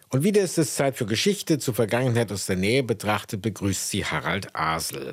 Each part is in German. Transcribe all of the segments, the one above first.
Und wieder ist es Zeit für Geschichte. Zur Vergangenheit aus der Nähe betrachtet begrüßt sie Harald Asel.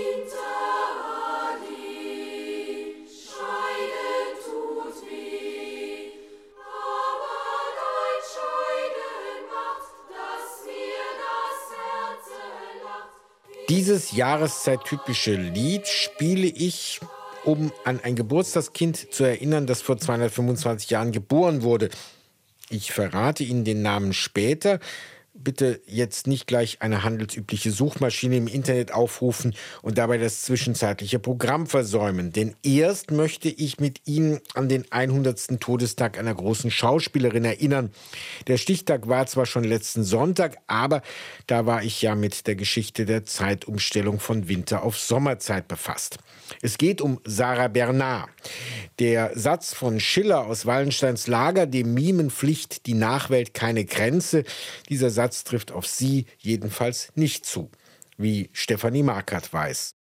Dieses jahreszeittypische Lied spiele ich, um an ein Geburtstagskind zu erinnern, das vor 225 Jahren geboren wurde. Ich verrate Ihnen den Namen später. Bitte jetzt nicht gleich eine handelsübliche Suchmaschine im Internet aufrufen und dabei das zwischenzeitliche Programm versäumen. Denn erst möchte ich mit Ihnen an den 100. Todestag einer großen Schauspielerin erinnern. Der Stichtag war zwar schon letzten Sonntag, aber da war ich ja mit der Geschichte der Zeitumstellung von Winter auf Sommerzeit befasst. Es geht um Sarah Bernhardt. Der Satz von Schiller aus Wallensteins Lager, dem Mimen pflicht die Nachwelt keine Grenze, dieser Satz trifft auf sie jedenfalls nicht zu, wie Stefanie Markert weiß.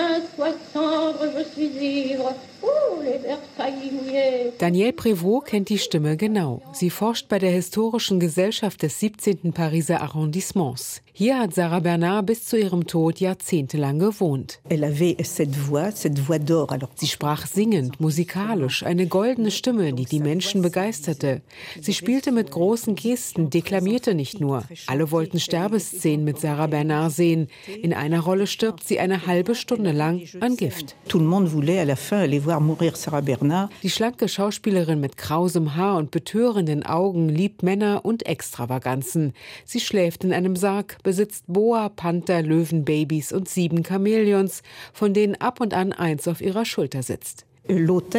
Danielle Prévost kennt die Stimme genau. Sie forscht bei der Historischen Gesellschaft des 17. Pariser Arrondissements. Hier hat Sarah Bernhardt bis zu ihrem Tod jahrzehntelang gewohnt. Sie sprach singend, musikalisch, eine goldene Stimme, die die Menschen begeisterte. Sie spielte mit großen Gesten, deklamierte nicht nur. Alle wollten Sterbeszenen mit Sarah Bernhardt sehen. In einer Rolle stirbt sie eine halbe Stunde lang an Gift. Die schlanke Schauspielerin mit krausem Haar und betörenden Augen liebt Männer und Extravaganzen. Sie schläft in einem Sarg, besitzt Boa, Panther, Löwenbabys und 7 Chamäleons, von denen ab und an eins auf ihrer Schulter sitzt. Bei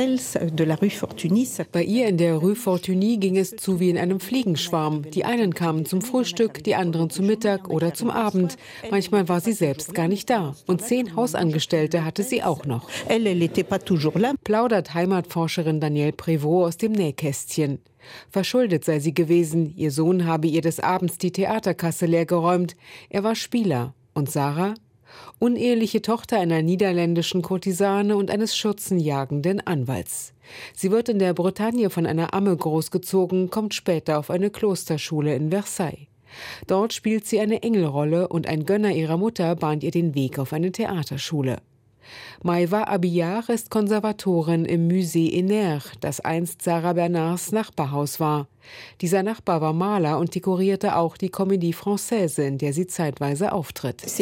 ihr in der Rue Fortuny ging es zu wie in einem Fliegenschwarm. Die einen kamen zum Frühstück, die anderen zum Mittag oder zum Abend. Manchmal war sie selbst gar nicht da. Und 10 Hausangestellte hatte sie auch noch. Plaudert Heimatforscherin Danielle Prévost aus dem Nähkästchen. Verschuldet sei sie gewesen. Ihr Sohn habe ihr des Abends die Theaterkasse leergeräumt. Er war Spieler. Und Sarah? Uneheliche Tochter einer niederländischen Kurtisane und eines schürzenjagenden Anwalts. Sie wird in der Bretagne von einer Amme großgezogen, kommt später auf eine Klosterschule in Versailles. Dort spielt sie eine Engelrolle und ein Gönner ihrer Mutter bahnt ihr den Weg auf eine Theaterschule. Maïva Abillard ist Konservatorin im Musée Henner, das einst Sarah Bernhardts Nachbarhaus war. Dieser Nachbar war Maler und dekorierte auch die Comédie Française, in der sie zeitweise auftritt. Es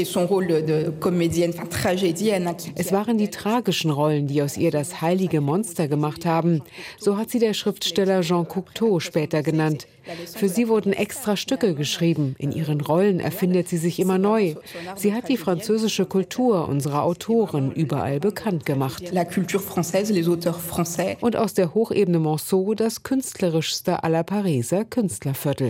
waren die tragischen Rollen, die aus ihr das heilige Monster gemacht haben. So hat sie der Schriftsteller Jean Cocteau später genannt. Für sie wurden extra Stücke geschrieben. In ihren Rollen erfindet sie sich immer neu. Sie hat die französische Kultur unserer Autoren überall bekannt gemacht. Und aus der Hochebene Monceau das künstlerischste aller Pariser Künstlerviertel.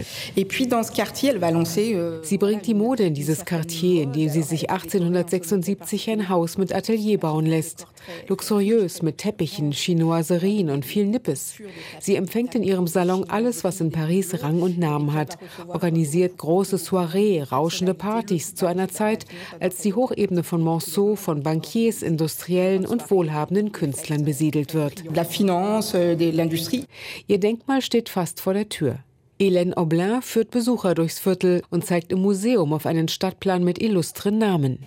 Sie bringt die Mode in dieses Quartier, in dem sie sich 1876 ein Haus mit Atelier bauen lässt. Luxuriös mit Teppichen, Chinoiserien und viel Nippes. Sie empfängt in ihrem Salon alles, was in Paris Rang und Namen hat, organisiert große Soirées, rauschende Partys zu einer Zeit, als die Hochebene von Monceau von Bankiers, Industriellen und wohlhabenden Künstlern besiedelt wird. Ihr Denkmal steht fast vor der Tür. Hélène Oblin führt Besucher durchs Viertel und zeigt im Museum auf einen Stadtplan mit illustren Namen.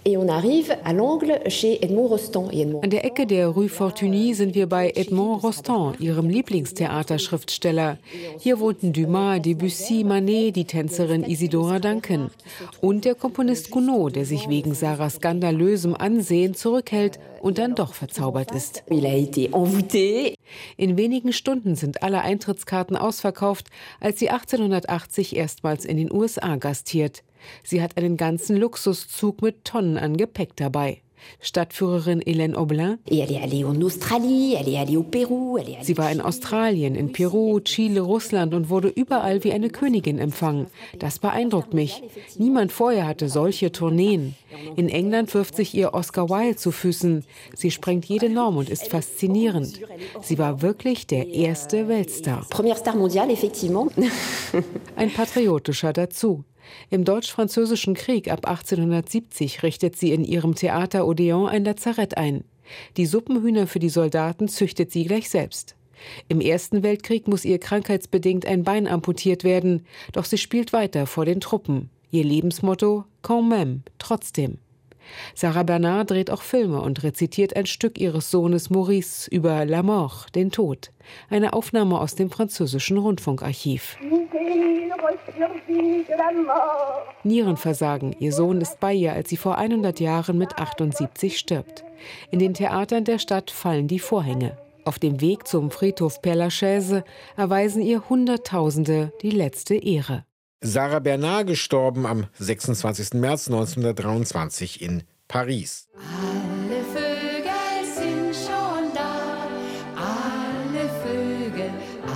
An der Ecke der Rue Fortuny sind wir bei Edmond Rostand, ihrem Lieblingstheaterschriftsteller. Hier wohnten Dumas, Debussy, Manet, die Tänzerin Isidora Duncan und der Komponist Gounod, der sich wegen Sarahs skandalösem Ansehen zurückhält und dann doch verzaubert ist. In wenigen Stunden sind alle Eintrittskarten ausverkauft, als sie 1880 erstmals in den USA gastiert. Sie hat einen ganzen Luxuszug mit Tonnen an Gepäck dabei. Stadtführerin Hélène Oblin. Sie war in Australien, in Peru, Chile, Russland und wurde überall wie eine Königin empfangen. Das beeindruckt mich. Niemand vorher hatte solche Tourneen. In England wirft sich ihr Oscar Wilde zu Füßen. Sie sprengt jede Norm und ist faszinierend. Sie war wirklich der erste Weltstar. Ein patriotischer dazu. Im Deutsch-Französischen Krieg ab 1870 richtet sie in ihrem Theater Odéon ein Lazarett ein. Die Suppenhühner für die Soldaten züchtet sie gleich selbst. Im Ersten Weltkrieg muss ihr krankheitsbedingt ein Bein amputiert werden, doch sie spielt weiter vor den Truppen. Ihr Lebensmotto: Quand même, trotzdem. Sarah Bernard dreht auch Filme und rezitiert ein Stück ihres Sohnes Maurice über La Mort, den Tod. Eine Aufnahme aus dem französischen Rundfunkarchiv. Nierenversagen. Ihr Sohn ist bei ihr, als sie vor 100 Jahren mit 78 stirbt. In den Theatern der Stadt fallen die Vorhänge. Auf dem Weg zum Friedhof Père-Lachaise erweisen ihr Hunderttausende die letzte Ehre. Sarah Bernard, gestorben am 26. März 1923 in Paris. Alle Vögel sind schon da, alle Vögel,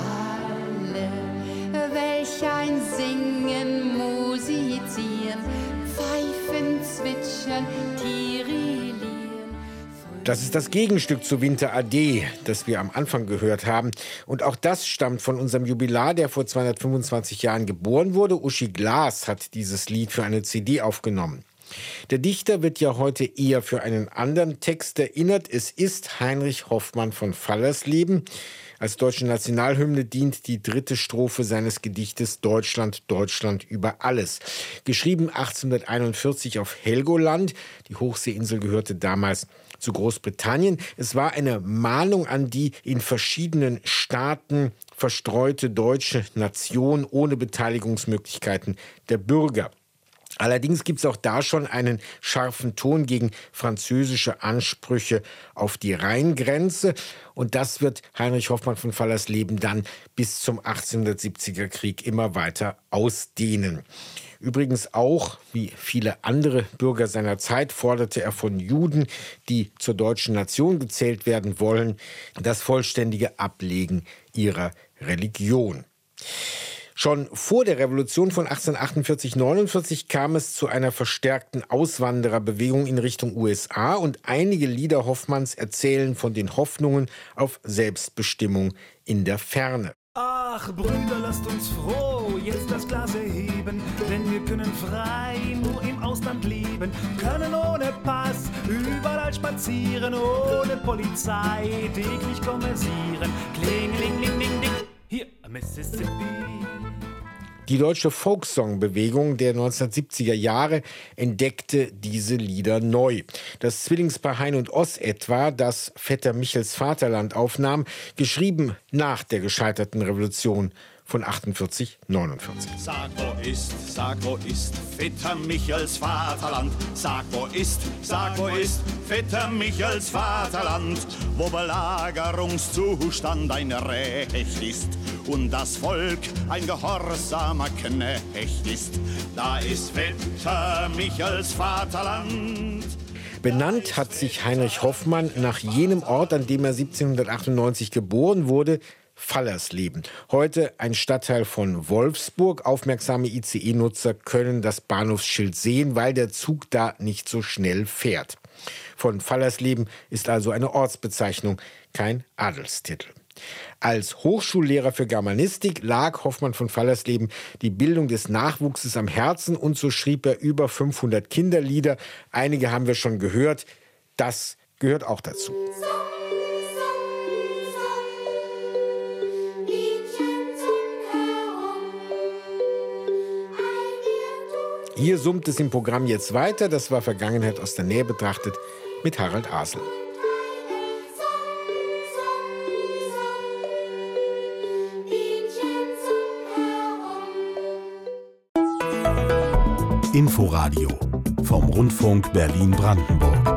alle. Welch ein Singen, Musizieren, Pfeifen, Zwitschern, Tirillieren. Das ist das Gegenstück zu Winter Ade, das wir am Anfang gehört haben. Und auch das stammt von unserem Jubilar, der vor 225 Jahren geboren wurde. Uschi Glas hat dieses Lied für eine CD aufgenommen. Der Dichter wird ja heute eher für einen anderen Text erinnert. Es ist Heinrich Hoffmann von Fallersleben. Als deutsche Nationalhymne dient die 3. Strophe seines Gedichtes Deutschland, Deutschland über alles. Geschrieben 1841 auf Helgoland. Die Hochseeinsel gehörte damals zu Großbritannien. Es war eine Mahnung an die in verschiedenen Staaten verstreute deutsche Nation ohne Beteiligungsmöglichkeiten der Bürger. Allerdings gibt es auch da schon einen scharfen Ton gegen französische Ansprüche auf die Rheingrenze. Und das wird Heinrich Hoffmann von Fallersleben dann bis zum 1870er Krieg immer weiter ausdehnen. Übrigens auch, wie viele andere Bürger seiner Zeit, forderte er von Juden, die zur deutschen Nation gezählt werden wollen, das vollständige Ablegen ihrer Religion. Schon vor der Revolution von 1848/49 kam es zu einer verstärkten Auswandererbewegung in Richtung USA und einige Lieder Hoffmanns erzählen von den Hoffnungen auf Selbstbestimmung in der Ferne. Ach, Brüder, lasst uns froh jetzt das Glas erheben, denn wir können frei nur im Ausland leben, können ohne Pass überall spazieren, ohne Polizei täglich kommerzieren. Klingelingeling-ding, hier Mississippi. Die deutsche Folksong-Bewegung der 1970er Jahre entdeckte diese Lieder neu. Das Zwillingspaar Hein und Oss etwa, das Vetter Michels Vaterland aufnahm, geschrieben nach der gescheiterten Revolution von 48/49. Sag, wo ist Vetter Michels Vaterland? Sag, wo ist Vetter Michels Vaterland? Wo Belagerungszustand ein Recht ist und das Volk ein gehorsamer Knecht ist. Da ist Vetter Michels Vaterland. Benannt hat sich Heinrich Hoffmann nach jenem Ort, an dem er 1798 geboren wurde, Fallersleben. Heute ein Stadtteil von Wolfsburg. Aufmerksame ICE-Nutzer können das Bahnhofsschild sehen, weil der Zug da nicht so schnell fährt. Von Fallersleben ist also eine Ortsbezeichnung, kein Adelstitel. Als Hochschullehrer für Germanistik lag Hoffmann von Fallersleben die Bildung des Nachwuchses am Herzen und so schrieb er über 500 Kinderlieder. Einige haben wir schon gehört. Das gehört auch dazu. Hier summt es im Programm jetzt weiter. Das war Vergangenheit aus der Nähe betrachtet mit Harald Asel. Inforadio vom Rundfunk Berlin-Brandenburg.